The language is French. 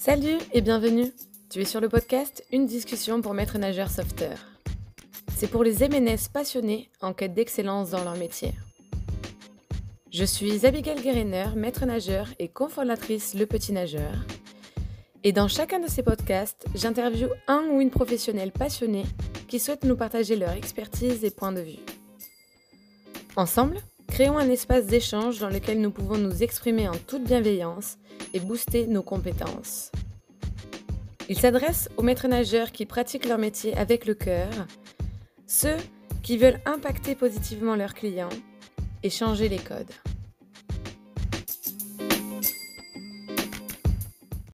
Salut et bienvenue. Tu es sur le podcast Une discussion pour maître nageur sauveteur. C'est pour les MNS passionnés en quête d'excellence dans leur métier. Je suis Abigail Guérener, maître nageur et cofondatrice Le Petit Nageur. Et dans chacun de ces podcasts, j'interviewe un ou une professionnelle passionnée qui souhaite nous partager leur expertise et points de vue. Ensemble, créons un espace d'échange dans lequel nous pouvons nous exprimer en toute bienveillance et booster nos compétences. Il s'adresse aux maîtres nageurs qui pratiquent leur métier avec le cœur, ceux qui veulent impacter positivement leurs clients et changer les codes.